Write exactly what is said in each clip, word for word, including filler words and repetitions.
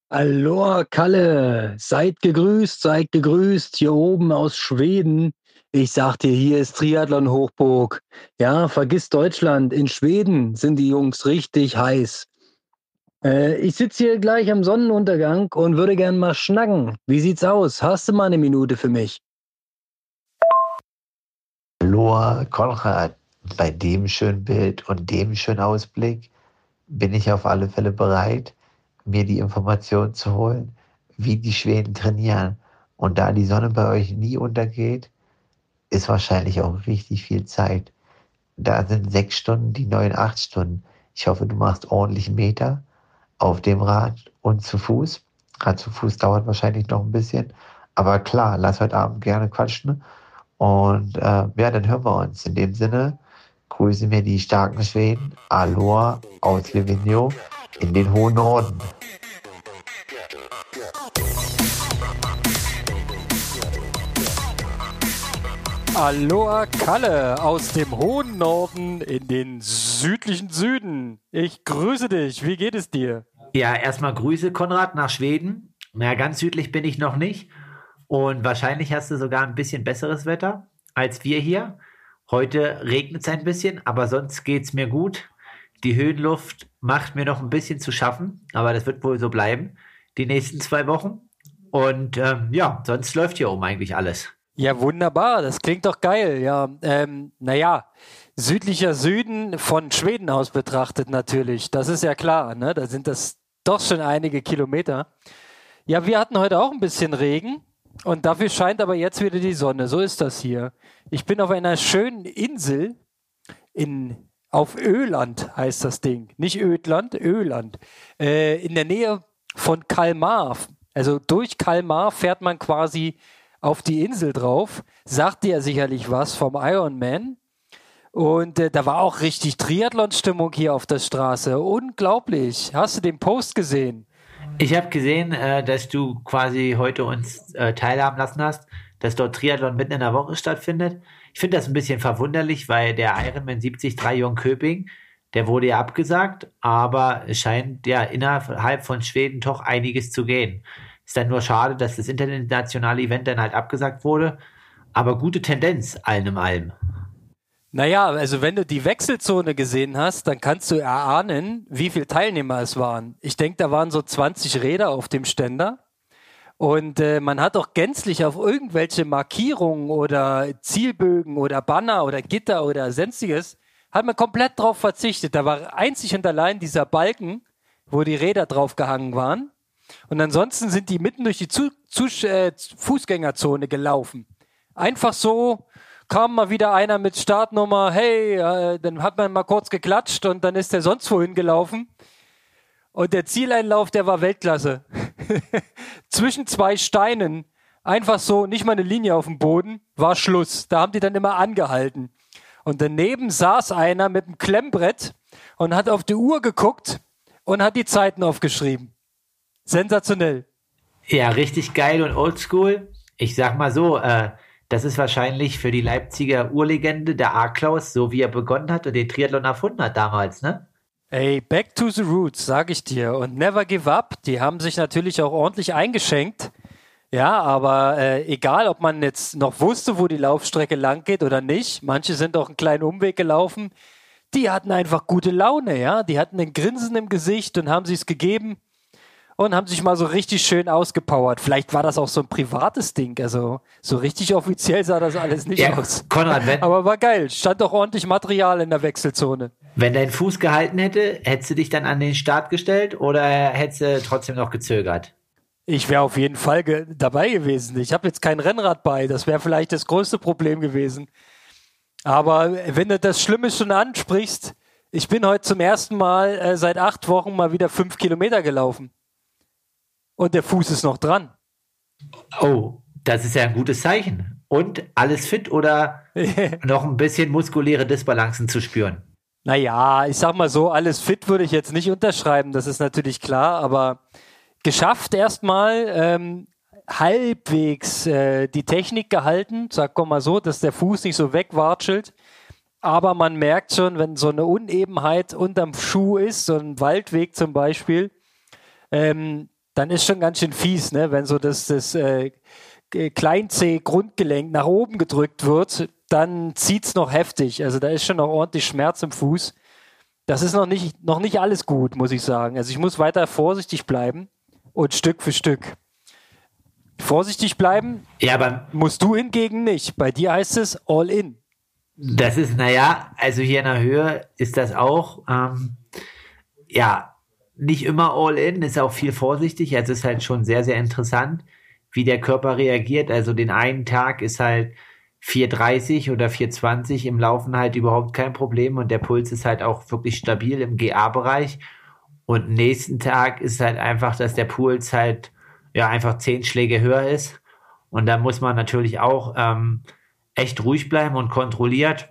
Aloha Kalle, seid gegrüßt, seid gegrüßt, hier oben aus Schweden. Ich sag dir, hier ist Triathlon-Hochburg. Ja, vergiss Deutschland, in Schweden sind die Jungs richtig heiß. Äh, ich sitze hier gleich am Sonnenuntergang und würde gern mal schnacken. Wie sieht's aus? Hast du mal eine Minute für mich? Hallo Konrad, bei dem schönen Bild und dem schönen Ausblick bin ich auf alle Fälle bereit, mir die Informationen zu holen, wie die Schweden trainieren. Und da die Sonne bei euch nie untergeht, ist wahrscheinlich auch richtig viel Zeit. Da sind sechs Stunden die neuen acht Stunden. Ich hoffe, du machst ordentlich Meter auf dem Rad und zu Fuß. Rad zu Fuß dauert wahrscheinlich noch ein bisschen. Aber klar, lass heute Abend gerne quatschen. Und äh, ja, dann hören wir uns. In dem Sinne, grüßen wir die starken Schweden. Aloha aus Livigno in den hohen Norden. Aloha Kalle aus dem hohen Norden in den südlichen Süden. Ich grüße dich. Wie geht es dir? Ja, erstmal Grüße, Konrad, nach Schweden. Na, ganz südlich bin ich noch nicht. Und wahrscheinlich hast du sogar ein bisschen besseres Wetter als wir hier. Heute regnet es ein bisschen, aber sonst geht es mir gut. Die Höhenluft macht mir noch ein bisschen zu schaffen, aber das wird wohl so bleiben die nächsten zwei Wochen. Und ähm, ja, sonst läuft hier oben eigentlich alles. Ja, wunderbar. Das klingt doch geil. Ja, ähm, naja, südlicher Süden von Schweden aus betrachtet natürlich. Das ist ja klar, ne? Da sind das doch schon einige Kilometer. Ja, wir hatten heute auch ein bisschen Regen und dafür scheint aber jetzt wieder die Sonne. So ist das hier. Ich bin auf einer schönen Insel in auf Öland heißt das Ding. Nicht Ödland, Öland. Äh, in der Nähe von Kalmar. Also durch Kalmar fährt man quasi auf die Insel drauf. Sagt dir sicherlich was vom Ironman. Und äh, da war auch richtig Triathlon-Stimmung hier auf der Straße. Unglaublich. Hast du den Post gesehen? Ich habe gesehen, äh, dass du quasi heute uns äh, teilhaben lassen hast, dass dort Triathlon mitten in der Woche stattfindet. Ich finde das ein bisschen verwunderlich, weil der Ironman siebzig drei Jönköping, der wurde ja abgesagt, aber es scheint ja innerhalb von Schweden doch einiges zu gehen. Ist dann nur schade, dass das internationale Event dann halt abgesagt wurde, aber gute Tendenz, allem in allem. Naja, also wenn du die Wechselzone gesehen hast, dann kannst du erahnen, wie viele Teilnehmer es waren. Ich denke, da waren so zwanzig Räder auf dem Ständer. Und äh, man hat auch gänzlich auf irgendwelche Markierungen oder Zielbögen oder Banner oder Gitter oder sonstiges, hat man komplett drauf verzichtet. Da war einzig und allein dieser Balken, wo die Räder drauf gehangen waren. Und ansonsten sind die mitten durch die Zu Zu äh, Fußgängerzone gelaufen. Einfach so kam mal wieder einer mit Startnummer, hey, äh, dann hat man mal kurz geklatscht und dann ist der sonst wohin gelaufen. Und der Zieleinlauf, der war Weltklasse. Zwischen zwei Steinen, einfach so, nicht mal eine Linie auf dem Boden, war Schluss. Da haben die dann immer angehalten. Und daneben saß einer mit einem Klemmbrett und hat auf die Uhr geguckt und hat die Zeiten aufgeschrieben. Sensationell. Ja, richtig geil und oldschool. Ich sag mal so, äh, das ist wahrscheinlich für die Leipziger Urlegende der A-Klaus, so wie er begonnen hat und den Triathlon erfunden hat damals, ne? Ey, back to the roots, sag ich dir. Und never give up. Die haben sich natürlich auch ordentlich eingeschenkt. Ja, aber äh, egal, ob man jetzt noch wusste, wo die Laufstrecke lang geht oder nicht. Manche sind auch einen kleinen Umweg gelaufen. Die hatten einfach gute Laune, ja. Die hatten ein Grinsen im Gesicht und haben sich's gegeben und haben sich mal so richtig schön ausgepowert. Vielleicht war das auch so ein privates Ding. Also so richtig offiziell sah das alles nicht Ja, aus. Konrad, wenn, Aber war geil. Stand auch ordentlich Material in der Wechselzone. wenn dein Fuß gehalten hätte, hättest du dich dann an den Start gestellt oder hättest du trotzdem noch gezögert? Ich wäre auf jeden Fall ge dabei gewesen. Ich habe jetzt kein Rennrad bei. Das wäre vielleicht das größte Problem gewesen. Aber wenn du das Schlimme schon ansprichst, ich bin heute zum ersten Mal äh, seit acht Wochen mal wieder fünf Kilometer gelaufen. Und der Fuß ist noch dran. Oh, das ist ja ein gutes Zeichen. Und alles fit oder noch ein bisschen muskuläre Disbalancen zu spüren? Naja, ich sag mal so, alles fit würde ich jetzt nicht unterschreiben, das ist natürlich klar, aber geschafft erstmal, ähm, halbwegs äh, die Technik gehalten, sag mal so, dass der Fuß nicht so wegwatschelt, aber man merkt schon, wenn so eine Unebenheit unterm Schuh ist, so ein Waldweg zum Beispiel, ähm, dann ist schon ganz schön fies, ne? Wenn so das, das äh, Klein-C-Grundgelenk nach oben gedrückt wird, dann zieht es noch heftig. Also da ist schon noch ordentlich Schmerz im Fuß. Das ist noch nicht, noch nicht alles gut, muss ich sagen. Also ich muss weiter vorsichtig bleiben und Stück für Stück. Vorsichtig bleiben Ja, aber musst du hingegen nicht. Bei dir heißt es all in. das ist, naja, also hier in der Höhe ist das auch, ähm, ja, nicht immer all in, ist auch viel vorsichtig. Also es ist halt schon sehr, sehr interessant, wie der Körper reagiert. Also den einen Tag ist halt vier dreißig oder vier zwanzig im Laufen halt überhaupt kein Problem und der Puls ist halt auch wirklich stabil im G A-Bereich. Und nächsten Tag ist halt einfach, dass der Puls halt ja einfach zehn Schläge höher ist. Und da muss man natürlich auch ähm, echt ruhig bleiben und kontrolliert.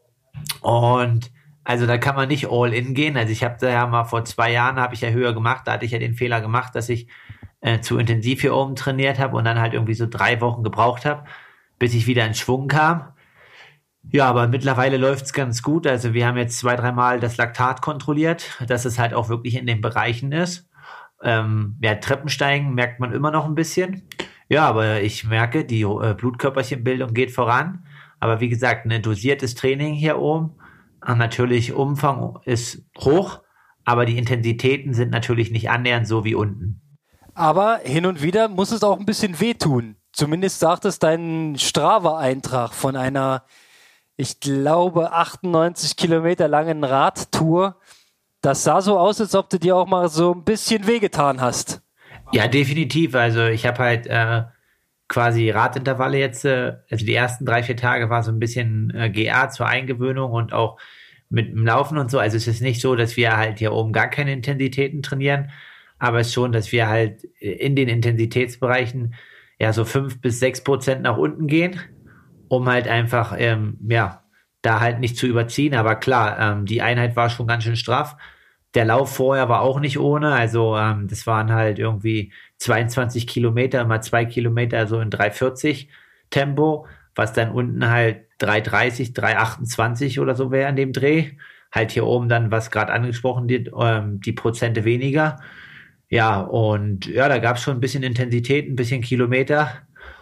Und also da kann man nicht all in gehen. Also ich habe da ja mal vor zwei Jahren, habe ich ja höher gemacht, da hatte ich ja den Fehler gemacht, dass ich äh, zu intensiv hier oben trainiert habe und dann halt irgendwie so drei Wochen gebraucht habe, bis ich wieder in Schwung kam. Ja, aber mittlerweile läuft es ganz gut. Also wir haben jetzt zwei, dreimal das Laktat kontrolliert, dass es halt auch wirklich in den Bereichen ist. Ähm, ja, Treppensteigen merkt man immer noch ein bisschen. Ja, aber ich merke, die äh, Blutkörperchenbildung geht voran. Aber wie gesagt, ein dosiertes Training hier oben. Und natürlich Umfang ist hoch, aber die Intensitäten sind natürlich nicht annähernd so wie unten. Aber hin und wieder muss es auch ein bisschen wehtun. Zumindest sagt es dein Strava-Eintrag von einer, ich glaube, achtundneunzig Kilometer langen Radtour. Das sah so aus, als ob du dir auch mal so ein bisschen wehgetan hast. Ja, definitiv. Also ich habe halt äh, quasi Radintervalle jetzt, äh, also die ersten drei, vier Tage war so ein bisschen äh, G A zur Eingewöhnung und auch mit dem Laufen und so. Also es ist nicht so, dass wir halt hier oben gar keine Intensitäten trainieren, aber es ist schon, dass wir halt in den Intensitätsbereichen ja so fünf bis sechs Prozent nach unten gehen, um halt einfach, ähm, ja, da halt nicht zu überziehen. Aber klar, ähm, die Einheit war schon ganz schön straff. Der Lauf vorher war auch nicht ohne. Also ähm, das waren halt irgendwie zweiundzwanzig Kilometer, mal zwei Kilometer so in drei vierzig Tempo, was dann unten halt drei dreißig, drei achtundzwanzig oder so wäre in dem Dreh. Halt hier oben dann, was gerade angesprochen wird, ähm, die Prozente weniger. Ja, und ja, da gab es schon ein bisschen Intensität, ein bisschen Kilometer.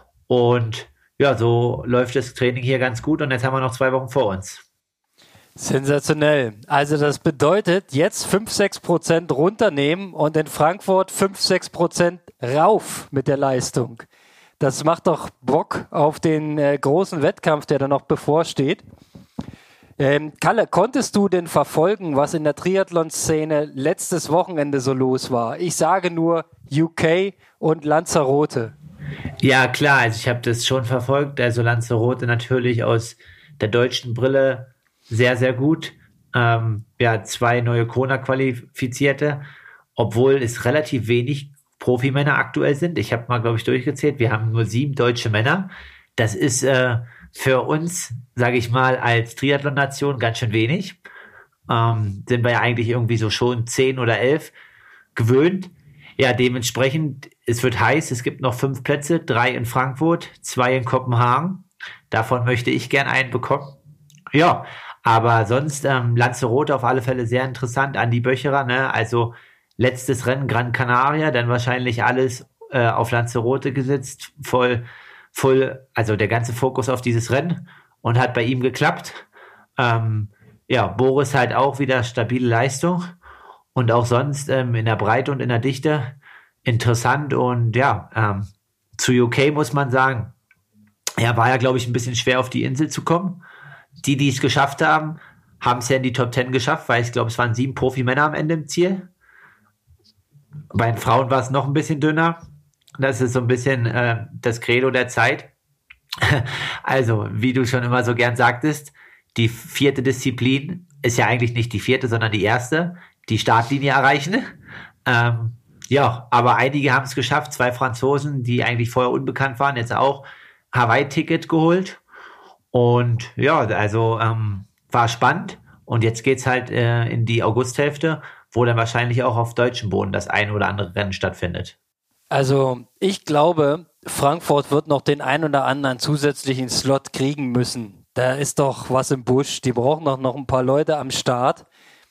Und ja, so läuft das Training hier ganz gut. Und jetzt haben wir noch zwei Wochen vor uns. Sensationell. Also das bedeutet, jetzt fünf, sechs Prozent runternehmen und in Frankfurt fünf, sechs Prozent rauf mit der Leistung. Das macht doch Bock auf den äh, großen Wettkampf, der da noch bevorsteht. Ähm, Kalle, konntest du denn verfolgen, was in der Triathlon-Szene letztes Wochenende so los war? Ich sage nur U K und Lanzarote. Ja, klar, also ich habe das schon verfolgt. Also Lanzarote natürlich aus der deutschen Brille sehr, sehr gut. Ähm, ja, zwei neue Kona-Qualifizierte, obwohl es relativ wenig Profimänner aktuell sind. Ich habe mal, glaube ich, durchgezählt. Wir haben nur sieben deutsche Männer. Das ist äh, für uns, sage ich mal, als Triathlon-Nation ganz schön wenig. Ähm, sind wir ja eigentlich irgendwie so schon zehn oder elf gewöhnt. Ja, dementsprechend, es wird heiß. Es gibt noch fünf Plätze, drei in Frankfurt, zwei in Kopenhagen. Davon möchte ich gern einen bekommen. Ja, aber sonst ähm, Lanzarote auf alle Fälle sehr interessant. Andi Böcherer, ne? Also letztes Rennen Gran Canaria, dann wahrscheinlich alles äh, auf Lanzarote gesetzt, voll, voll, also der ganze Fokus auf dieses Rennen und hat bei ihm geklappt. Ähm, ja, Boris halt auch wieder stabile Leistung und auch sonst ähm, in der Breite und in der Dichte interessant und ja, ähm, zu U K muss man sagen, ja, war ja, glaube ich, ein bisschen schwer auf die Insel zu kommen. Die, die es geschafft haben, haben es ja in die Top Ten geschafft, weil ich glaube, es waren sieben Profimänner am Ende im Ziel. Bei den Frauen war es noch ein bisschen dünner. Das ist so ein bisschen äh, das Credo der Zeit. Also, wie du schon immer so gern sagtest, die vierte Disziplin ist ja eigentlich nicht die vierte, sondern die erste, die Startlinie erreichen. Ähm, ja, aber einige haben es geschafft. Zwei Franzosen, die eigentlich vorher unbekannt waren, jetzt auch Hawaii-Ticket geholt. Und ja, also ähm, war spannend. Und jetzt geht's halt äh, in die Augusthälfte, wo dann wahrscheinlich auch auf deutschem Boden das ein oder andere Rennen stattfindet. Also ich glaube, Frankfurt wird noch den ein oder anderen zusätzlichen Slot kriegen müssen. Da ist doch was im Busch. Die brauchen doch noch ein paar Leute am Start.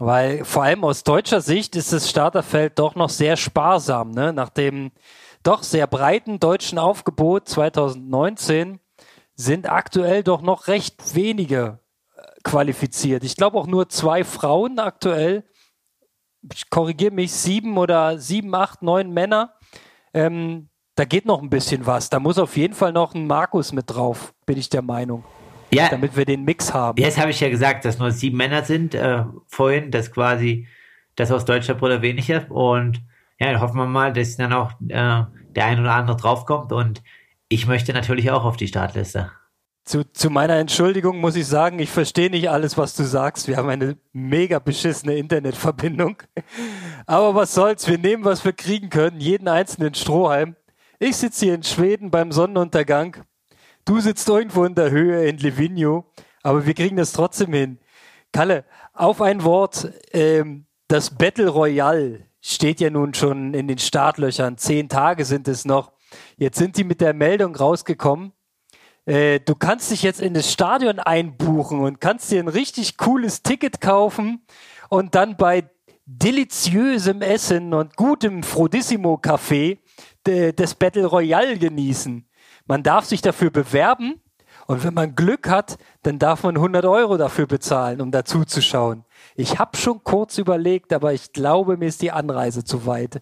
Weil vor allem aus deutscher Sicht ist das Starterfeld doch noch sehr sparsam, ne? Nach dem doch sehr breiten deutschen Aufgebot zwanzig neunzehn sind aktuell doch noch recht wenige qualifiziert. Ich glaube auch nur zwei Frauen aktuell. Ich korrigiere mich, sieben oder sieben, acht, neun Männer. Ähm, da geht noch ein bisschen was. Da muss auf jeden Fall noch ein Markus mit drauf, bin ich der Meinung. Ja, damit wir den Mix haben. Jetzt habe ich ja gesagt, dass nur sieben Männer sind äh, vorhin, dass quasi das aus deutscher Brille weniger. Und ja, dann hoffen wir mal, dass dann auch äh, der ein oder andere draufkommt. Und ich möchte natürlich auch auf die Startliste. Zu, zu meiner Entschuldigung muss ich sagen, ich verstehe nicht alles, was du sagst. Wir haben eine mega beschissene Internetverbindung. Aber was soll's, wir nehmen, was wir kriegen können, jeden einzelnen Strohhalm. Ich sitze hier in Schweden beim Sonnenuntergang. Du sitzt irgendwo in der Höhe in Livigno, aber wir kriegen das trotzdem hin. Kalle, auf ein Wort, ähm, das Battle Royale steht ja nun schon in den Startlöchern. Zehn Tage sind es noch. Jetzt sind die mit der Meldung rausgekommen. Äh, du kannst dich jetzt in das Stadion einbuchen und kannst dir ein richtig cooles Ticket kaufen und dann bei deliziösem Essen und gutem Frodissimo-Café de, das Battle Royale genießen. Man darf sich dafür bewerben und wenn man Glück hat, dann darf man hundert Euro dafür bezahlen, um dazu zu schauen. Ich habe schon kurz überlegt, aber ich glaube, mir ist die Anreise zu weit.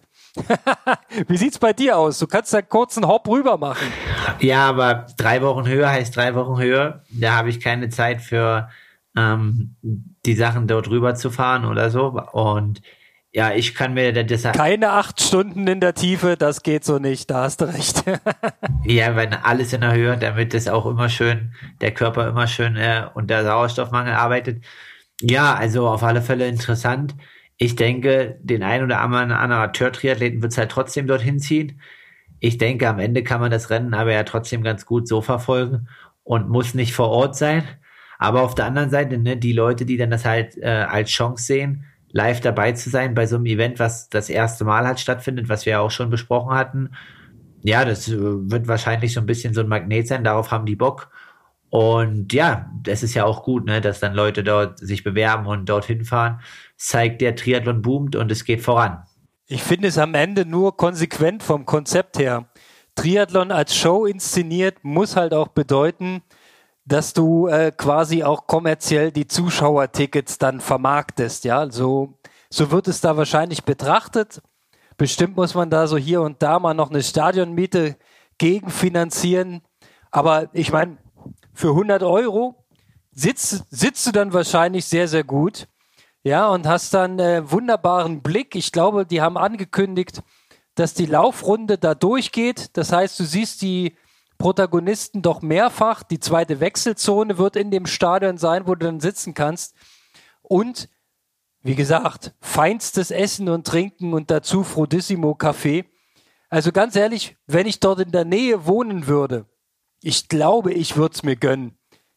Wie sieht's bei dir aus? Du kannst da kurz einen Hopp rüber machen. Ja, aber drei Wochen höher heißt drei Wochen höher. Da habe ich keine Zeit für ähm, die Sachen dort rüber zu fahren oder so. Und ja, ich kann mir deshalb... Keine acht Stunden in der Tiefe, das geht so nicht, da hast du recht. Ja, wenn alles in der Höhe, damit das auch immer schön, der Körper immer schön äh, unter Sauerstoffmangel arbeitet. Ja, also auf alle Fälle interessant. Ich denke, den einen oder anderen Amateur-Triathleten wird es halt trotzdem dorthin ziehen. Ich denke, am Ende kann man das Rennen aber ja trotzdem ganz gut so verfolgen und muss nicht vor Ort sein. Aber auf der anderen Seite, ne, die Leute, die dann das halt äh, als Chance sehen, live dabei zu sein bei so einem Event, was das erste Mal halt stattfindet, was wir ja auch schon besprochen hatten. Ja, das äh, wird wahrscheinlich so ein bisschen so ein Magnet sein, darauf haben die Bock. Und ja, das ist ja auch gut, ne, dass dann Leute dort sich bewerben und dorthin fahren. Das zeigt, der Triathlon boomt und es geht voran. Ich finde es am Ende nur konsequent vom Konzept her. Triathlon als Show inszeniert muss halt auch bedeuten, dass du äh, quasi auch kommerziell die Zuschauertickets dann vermarktest. Ja, so, so wird es da wahrscheinlich betrachtet. Bestimmt muss man da so hier und da mal noch eine Stadionmiete gegenfinanzieren. Aber ich meine, für hundert Euro sitzt, sitzt du dann wahrscheinlich sehr, sehr gut. Ja, und hast dann äh, wunderbaren Blick. Ich glaube, die haben angekündigt, dass die Laufrunde da durchgeht. Das heißt, du siehst die Protagonisten doch mehrfach. Die zweite Wechselzone wird in dem Stadion sein, wo du dann sitzen kannst. Und, wie gesagt, feinstes Essen und Trinken und dazu Frodissimo Café. Also ganz ehrlich, wenn ich dort in der Nähe wohnen würde, ich glaube, ich würde es mir gönnen.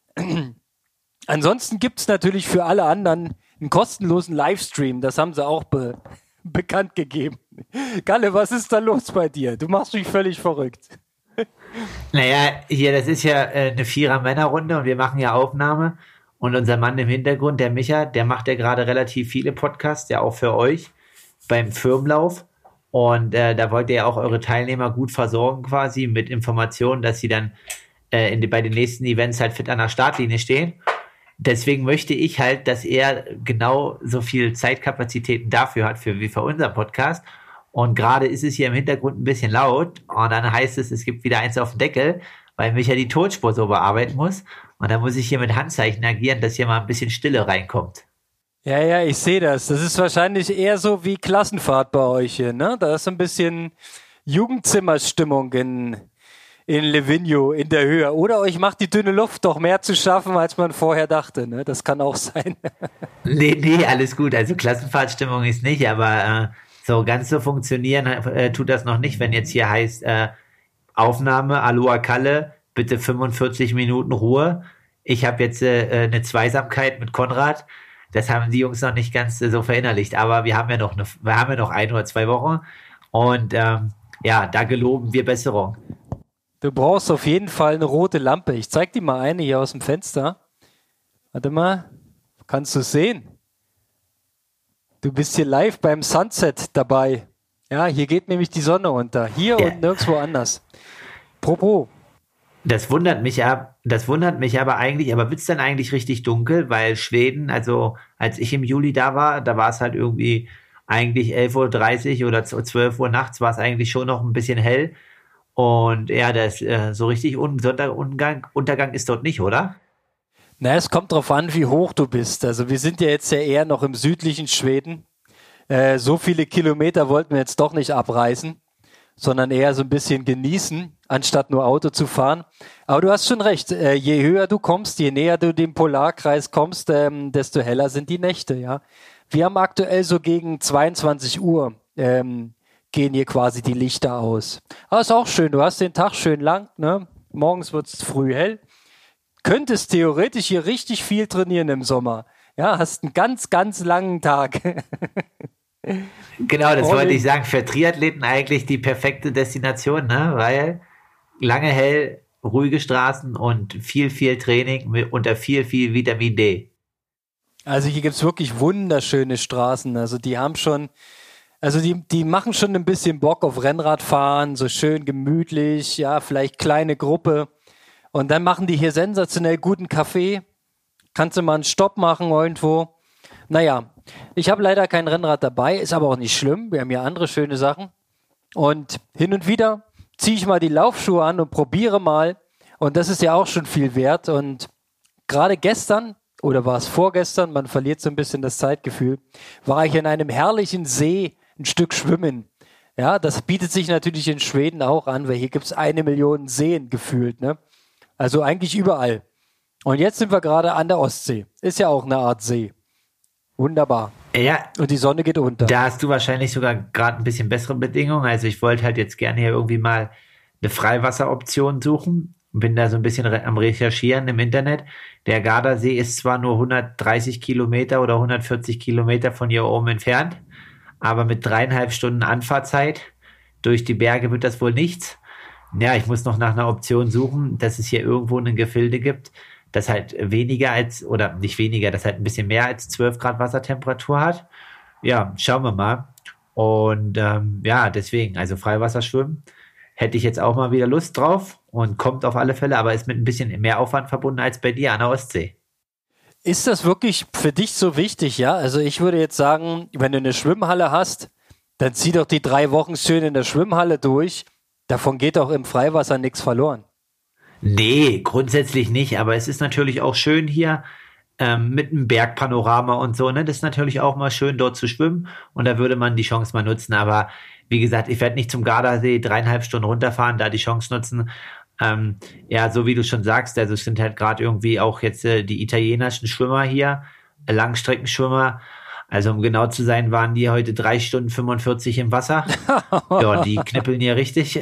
Ansonsten gibt es natürlich für alle anderen einen kostenlosen Livestream. Das haben sie auch be- bekannt gegeben. Galle, was ist da los bei dir? Du machst mich völlig verrückt. Naja, hier, das ist ja äh, eine Vierer-Männer-Runde und wir machen ja Aufnahme. Und unser Mann im Hintergrund, der Micha, der macht ja gerade relativ viele Podcasts, ja auch für euch beim Firmenlauf. Und äh, da wollt ihr ja auch eure Teilnehmer gut versorgen quasi mit Informationen, dass sie dann äh, in die, bei den nächsten Events halt fit an der Startlinie stehen. Deswegen möchte ich halt, dass er genau so viel Zeitkapazitäten dafür hat, für, wie für unser Podcast. Und gerade ist es hier im Hintergrund ein bisschen laut. Und dann heißt es, es gibt wieder eins auf dem Deckel, weil Micha die Tonspur so bearbeiten muss. Und dann muss ich hier mit Handzeichen agieren, dass hier mal ein bisschen Stille reinkommt. Ja, ja, ich sehe das. Das ist wahrscheinlich eher so wie Klassenfahrt bei euch hier, ne? Da ist so ein bisschen Jugendzimmerstimmung in, in Livigno, in der Höhe. Oder euch macht die dünne Luft doch mehr zu schaffen, als man vorher dachte, ne? Das kann auch sein. Nee, nee, alles gut. Also Klassenfahrtstimmung ist nicht, aber äh, so ganz so funktionieren äh, tut das noch nicht, wenn jetzt hier heißt äh, Aufnahme, Aloha Kalle, bitte fünfundvierzig Minuten Ruhe. Ich habe jetzt äh, eine Zweisamkeit mit Konrad. Das haben die Jungs noch nicht ganz äh, so verinnerlicht, aber wir haben ja noch eine, wir haben ja noch ein oder zwei Wochen und ähm, ja, da geloben wir Besserung. Du brauchst auf jeden Fall eine rote Lampe. Ich zeig dir mal eine hier aus dem Fenster. Warte mal, kannst du es sehen? Du bist hier live beim Sunset dabei. Ja, hier geht nämlich die Sonne unter. Hier ja. und nirgendwo anders. Propos. Das wundert mich ab, das wundert mich aber eigentlich, aber wird es dann eigentlich richtig dunkel? Weil Schweden, also als ich im Juli da war, da war es halt irgendwie eigentlich elf Uhr dreißig oder zwölf Uhr nachts, war es eigentlich schon noch ein bisschen hell. Und ja, das äh, so richtig un- Sonnenuntergang Untergang ist dort nicht, oder? Na, es kommt drauf an, wie hoch du bist. Also wir sind ja jetzt ja eher noch im südlichen Schweden. Äh, so viele Kilometer wollten wir jetzt doch nicht abreißen, sondern eher so ein bisschen genießen, anstatt nur Auto zu fahren. Aber du hast schon recht, äh, je höher du kommst, je näher du dem Polarkreis kommst, ähm, desto heller sind die Nächte, ja. Wir haben aktuell so gegen zweiundzwanzig Uhr ähm, gehen hier quasi die Lichter aus. Aber ist auch schön, du hast den Tag schön lang, ne? Morgens wird es früh hell. Könntest theoretisch hier richtig viel trainieren im Sommer. Ja, hast einen ganz, ganz langen Tag. Genau, das wollte ich sagen. Für Triathleten eigentlich die perfekte Destination, ne? Weil lange hell, ruhige Straßen und viel, viel Training mit, unter viel, viel Vitamin D. Also hier gibt es wirklich wunderschöne Straßen. Also die haben schon, also die, die machen schon ein bisschen Bock auf Rennradfahren, so schön gemütlich, ja, vielleicht kleine Gruppe. Und dann machen die hier sensationell guten Kaffee. Kannst du mal einen Stopp machen irgendwo. Naja, ich habe leider kein Rennrad dabei, ist aber auch nicht schlimm. Wir haben ja andere schöne Sachen. Und hin und wieder ziehe ich mal die Laufschuhe an und probiere mal. Und das ist ja auch schon viel wert. Und gerade gestern, oder war es vorgestern, man verliert so ein bisschen das Zeitgefühl, war ich in einem herrlichen See ein Stück schwimmen. Ja, das bietet sich natürlich in Schweden auch an, weil hier gibt es eine Million Seen gefühlt, ne? Also eigentlich überall. Und jetzt sind wir gerade an der Ostsee. Ist ja auch eine Art See. Wunderbar. Ja. Und die Sonne geht unter. Da hast du wahrscheinlich sogar gerade ein bisschen bessere Bedingungen. Also ich wollte halt jetzt gerne hier irgendwie mal eine Freiwasseroption suchen. Bin da so ein bisschen am Recherchieren im Internet. Der Gardasee ist zwar nur hundertdreißig Kilometer oder hundertvierzig Kilometer von hier oben entfernt, aber mit dreieinhalb Stunden Anfahrtzeit durch die Berge wird das wohl nichts. Ja, ich muss noch nach einer Option suchen, dass es hier irgendwo ein Gefilde gibt, das halt weniger als, oder nicht weniger, das halt ein bisschen mehr als zwölf Grad Wassertemperatur hat. Ja, schauen wir mal. Und ähm, ja, deswegen, also Freiwasserschwimmen hätte ich jetzt auch mal wieder Lust drauf und kommt auf alle Fälle, aber ist mit ein bisschen mehr Aufwand verbunden als bei dir an der Ostsee. Ist das wirklich für dich so wichtig, ja? Also ich würde jetzt sagen, wenn du eine Schwimmhalle hast, dann zieh doch die drei Wochen schön in der Schwimmhalle durch. Davon geht auch im Freiwasser nichts verloren. Nee, grundsätzlich nicht, aber es ist natürlich auch schön hier ähm, mit einem Bergpanorama und so, ne? Das ist natürlich auch mal schön, dort zu schwimmen und da würde man die Chance mal nutzen, aber wie gesagt, ich werde nicht zum Gardasee dreieinhalb Stunden runterfahren, da die Chance nutzen. Ähm, ja, so wie du schon sagst, also es sind halt gerade irgendwie auch jetzt äh, die italienischen Schwimmer hier, äh, Langstreckenschwimmer. Also um genau zu sein, waren die heute drei Stunden fünfundvierzig im Wasser. Ja, die knippeln hier richtig.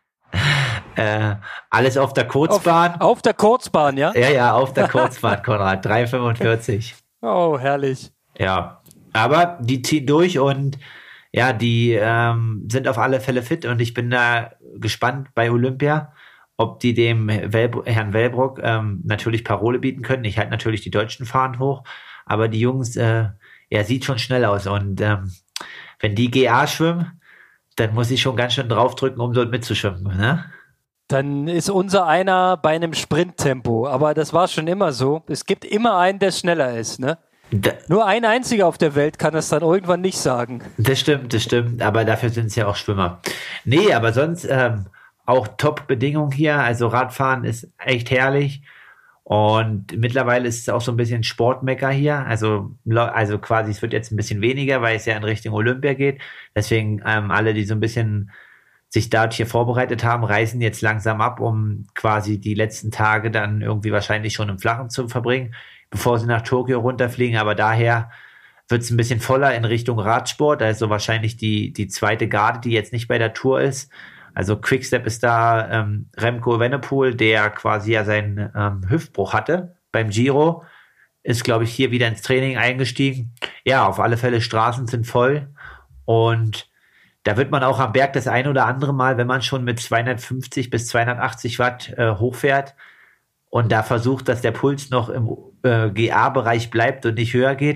äh, alles auf der Kurzbahn. Auf, auf der Kurzbahn, ja? Ja, ja, auf der Kurzbahn, Konrad. drei fünfundvierzig. Oh, herrlich. Ja, aber die ziehen durch und ja, die ähm, sind auf alle Fälle fit und ich bin da gespannt bei Olympia, ob die dem Wel- Herrn Wellbrock ähm, natürlich Parole bieten können. Ich halte natürlich die deutschen Fahnen hoch, aber die Jungs, äh, ja, sieht schon schnell aus und ähm, wenn die G A schwimmen, dann muss ich schon ganz schön draufdrücken, um dort mitzuschwimmen, ne? Dann ist unser einer bei einem Sprinttempo, aber das war schon immer so. Es gibt immer einen, der schneller ist, ne? Da, Nur ein einziger auf der Welt kann das dann irgendwann nicht sagen. Das stimmt, das stimmt, aber dafür sind es ja auch Schwimmer. Nee, aber sonst ähm, auch Top-Bedingungen hier, also Radfahren ist echt herrlich und mittlerweile ist es auch so ein bisschen Sportmecker hier, also, also quasi es wird jetzt ein bisschen weniger, weil es ja in Richtung Olympia geht, deswegen ähm, alle, die so ein bisschen sich dort hier vorbereitet haben, reisen jetzt langsam ab, um quasi die letzten Tage dann irgendwie wahrscheinlich schon im Flachen zu verbringen, bevor sie nach Tokio runterfliegen, aber daher wird es ein bisschen voller in Richtung Radsport, also wahrscheinlich die, die zweite Garde, die jetzt nicht bei der Tour ist. Also Quickstep ist da, ähm, Remco Evenepoel, der quasi ja seinen ähm, Hüftbruch hatte beim Giro, ist, glaube ich, hier wieder ins Training eingestiegen. Ja, auf alle Fälle, Straßen sind voll und da wird man auch am Berg das ein oder andere Mal, wenn man schon mit zweihundertfünfzig bis zweihundertachtzig Watt äh, hochfährt und da versucht, dass der Puls noch im äh, G A-Bereich bleibt und nicht höher geht,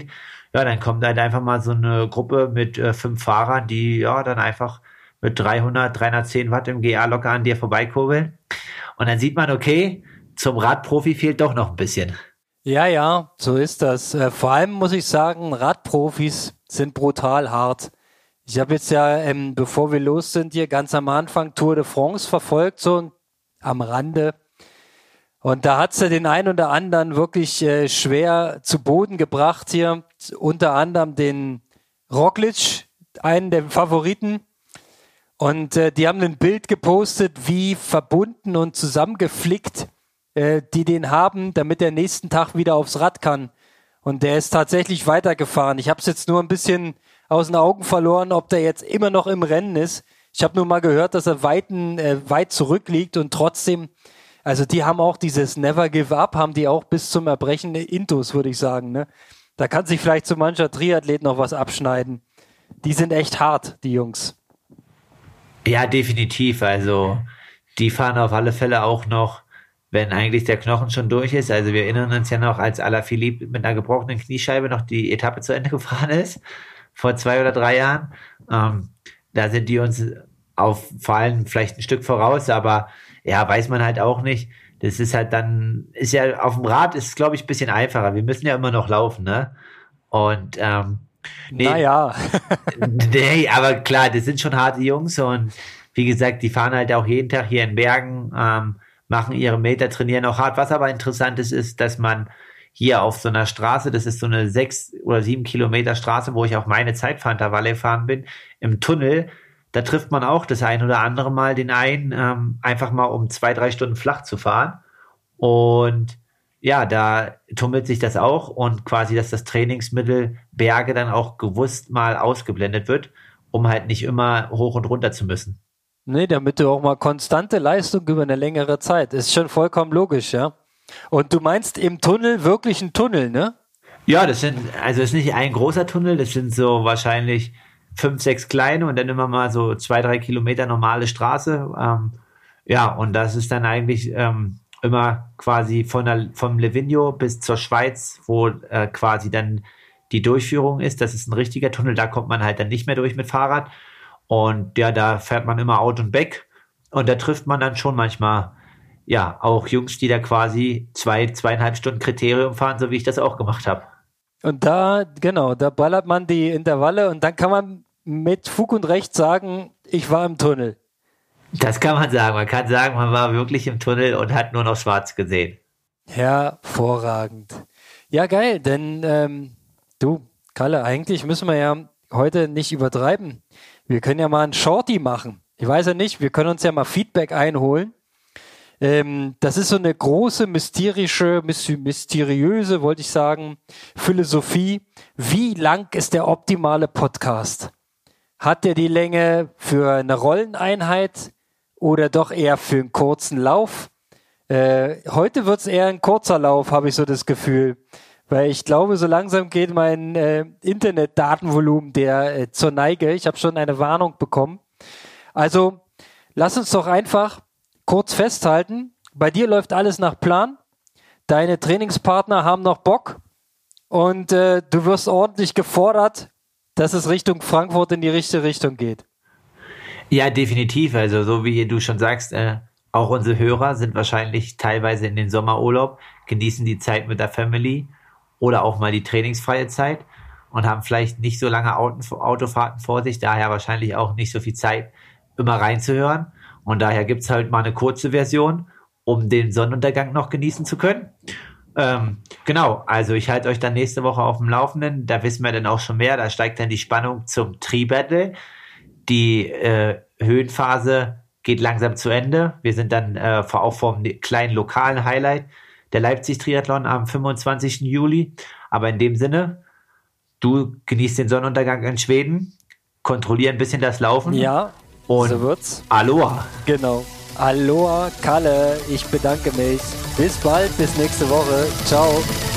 ja, dann kommt halt einfach mal so eine Gruppe mit äh, fünf Fahrern, die ja dann einfach mit dreihundert, dreihundertzehn Watt im G A locker an dir vorbeikurbeln. Und dann sieht man, okay, zum Radprofi fehlt doch noch ein bisschen. Ja, ja, so ist das. Äh, vor allem muss ich sagen, Radprofis sind brutal hart. Ich habe jetzt ja, ähm, bevor wir los sind, hier ganz am Anfang Tour de France verfolgt, so am Rande. Und da hat's ja den einen oder anderen wirklich äh, schwer zu Boden gebracht hier. Unter anderem den Roglic, einen der Favoriten. Und äh, die haben ein Bild gepostet, wie verbunden und zusammengeflickt äh, die den haben, damit er nächsten Tag wieder aufs Rad kann. Und der ist tatsächlich weitergefahren. Ich habe es jetzt nur ein bisschen aus den Augen verloren, ob der jetzt immer noch im Rennen ist. Ich habe nur mal gehört, dass er weiten, äh, weit zurückliegt und trotzdem, also die haben auch dieses Never Give Up, haben die auch bis zum Erbrechen Intus, würde ich sagen. Ne? Da kann sich vielleicht so mancher Triathlet noch was abschneiden. Die sind echt hart, die Jungs. Ja, definitiv. Also die fahren auf alle Fälle auch noch, wenn eigentlich der Knochen schon durch ist. Also wir erinnern uns ja noch, als Alaphilippe mit einer gebrochenen Kniescheibe noch die Etappe zu Ende gefahren ist, vor zwei oder drei Jahren. Ähm, da sind die uns auf vor allem vielleicht ein Stück voraus, aber ja, weiß man halt auch nicht. Das ist halt dann, ist ja auf dem Rad ist es, glaube ich, ein bisschen einfacher. Wir müssen ja immer noch laufen, ne? Und ähm, nee, naja. nee, aber klar, das sind schon harte Jungs und wie gesagt, die fahren halt auch jeden Tag hier in Bergen, ähm, machen ihre Meter, trainieren auch hart. Was aber interessant ist, ist, dass man hier auf so einer Straße, das ist so eine sechs oder sieben Kilometer Straße, wo ich auch meine Zeitfahrerwalle gefahren bin, im Tunnel, da trifft man auch das ein oder andere Mal den einen, ähm, einfach mal um zwei, drei Stunden flach zu fahren. Und ja, da tummelt sich das auch und quasi, dass das Trainingsmittel Berge dann auch gewusst mal ausgeblendet wird, um halt nicht immer hoch und runter zu müssen. Nee, damit du auch mal konstante Leistung über eine längere Zeit. Ist schon vollkommen logisch, ja. Und du meinst im Tunnel wirklich ein Tunnel, ne? Ja, das sind, also es ist nicht ein großer Tunnel, das sind so wahrscheinlich fünf, sechs kleine und dann immer mal so zwei, drei Kilometer normale Straße. Ähm, ja, und das ist dann eigentlich ähm, immer quasi von der, vom Livigno bis zur Schweiz, wo äh, quasi dann die Durchführung ist. Das ist ein richtiger Tunnel, da kommt man halt dann nicht mehr durch mit Fahrrad. Und ja, da fährt man immer out und back. Und da trifft man dann schon manchmal, ja, auch Jungs, die da quasi zwei, zweieinhalb Stunden Kriterium fahren, so wie ich das auch gemacht habe. Und da, genau, da ballert man die Intervalle und dann kann man mit Fug und Recht sagen, ich war im Tunnel. Das kann man sagen. Man kann sagen, man war wirklich im Tunnel und hat nur noch schwarz gesehen. Hervorragend. Ja, geil, denn ähm, du, Kalle, eigentlich müssen wir ja heute nicht übertreiben. Wir können ja mal einen Shorty machen. Ich weiß ja nicht, wir können uns ja mal Feedback einholen. Ähm, das ist so eine große, mysterische, mysteriöse, wollte ich sagen, Philosophie. Wie lang ist der optimale Podcast? Hat der die Länge für eine Rolleneinheit oder doch eher für einen kurzen Lauf? Äh, heute wird es eher ein kurzer Lauf, habe ich so das Gefühl. Weil ich glaube, so langsam geht mein äh, Internetdatenvolumen der äh, zur Neige. Ich habe schon eine Warnung bekommen. Also lass uns doch einfach kurz festhalten. Bei dir läuft alles nach Plan. Deine Trainingspartner haben noch Bock. Und äh, du wirst ordentlich gefordert, dass es Richtung Frankfurt in die richtige Richtung geht. Ja, definitiv. Also so wie du schon sagst, äh, auch unsere Hörer sind wahrscheinlich teilweise in den Sommerurlaub, genießen die Zeit mit der Family oder auch mal die trainingsfreie Zeit und haben vielleicht nicht so lange Autofahrten vor sich, daher wahrscheinlich auch nicht so viel Zeit, immer reinzuhören. Und daher gibt's halt mal eine kurze Version, um den Sonnenuntergang noch genießen zu können. Ähm, genau, also ich halte euch dann nächste Woche auf dem Laufenden. Da wissen wir dann auch schon mehr. Da steigt dann die Spannung zum Tri-Battle. Die äh, Höhenphase geht langsam zu Ende. Wir sind dann äh, auch vom kleinen lokalen Highlight der Leipzig-Triathlon am fünfundzwanzigsten Juli. Aber in dem Sinne, du genießt den Sonnenuntergang in Schweden, kontrollier ein bisschen das Laufen. Ja, und so wird's. Aloha. Genau. Aloha, Kalle. Ich bedanke mich. Bis bald, bis nächste Woche. Ciao.